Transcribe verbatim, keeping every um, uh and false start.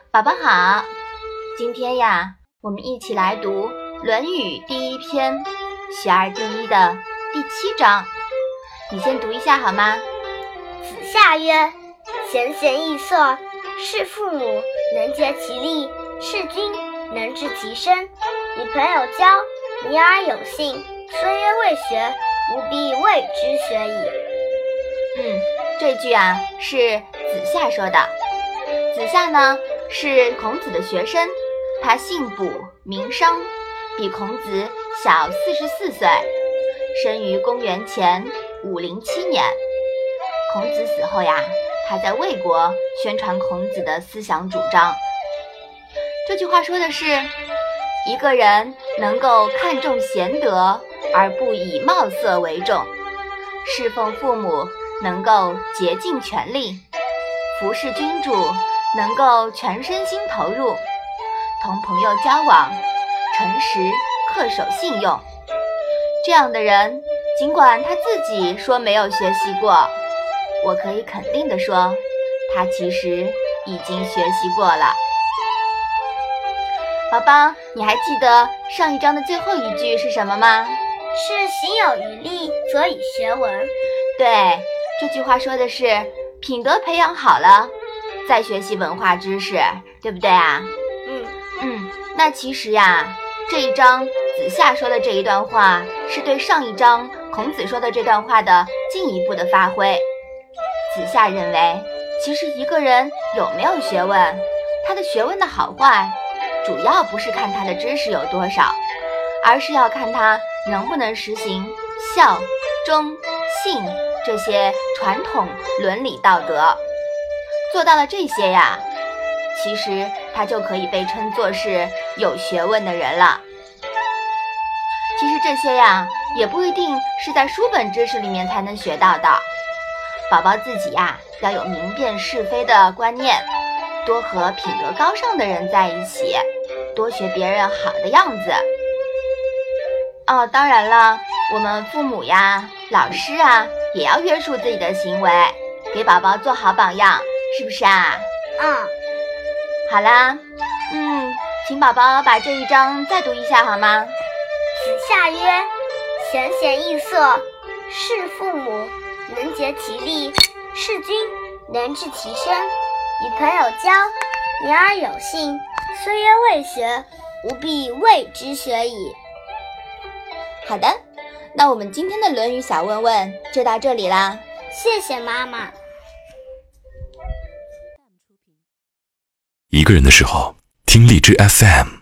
宝宝好，今天呀，我们一起来读《论语》第一篇《学而正一》的第七章。你先读一下好吗？ 子夏曰：贤贤易色，事父母，能竭其力；事君，能治其身。与朋友交，尼而有信，虽曰未学，吾必谓之学矣。 嗯，这句啊是子夏说的。子夏呢是孔子的学生，他姓卜名商，比孔子小四十四岁，生于公元前五零七年。孔子死后呀，他在魏国宣传孔子的思想主张。这句话说的是，一个人能够看重贤德而不以貌色为重，侍奉父母能够竭尽全力，服侍君主能够全身心投入，同朋友交往诚实恪守信用。这样的人，尽管他自己说没有学习过，我可以肯定地说，他其实已经学习过了。宝宝，你还记得上一章的最后一句是什么吗？ 是行有余力，则以学文。 对，这句话说的是品德培养好了，再学习文化知识，对不对啊？ 嗯嗯，那其实呀，这一章子夏说的这一段话，是对上一章孔子说的这段话的进一步的发挥。子夏认为，其实一个人有没有学问，他的学问的好坏，主要不是看他的知识有多少，而是要看他能不能实行孝、忠、信这些传统伦理道德。做到了这些呀，其实他就可以被称作是有学问的人了。其实这些呀，也不一定是在书本知识里面才能学到的。宝宝自己呀，要有明辨是非的观念，多和品德高尚的人在一起，多学别人好的样子。哦，当然了，我们父母呀、老师啊，也要约束自己的行为，给宝宝做好榜样，是不是啊？ 嗯， 好啦，嗯，请宝宝把这一章再读一下好吗？ 子夏曰：贤贤易色，事父母，能竭其力；事君，能治其身。与朋友交，尼而有信，虽曰未学，吾必谓之学矣。 好的，那我们今天的《论语》小问问就到这里啦。 谢谢妈妈。 一个人的时候，听荔枝 F M。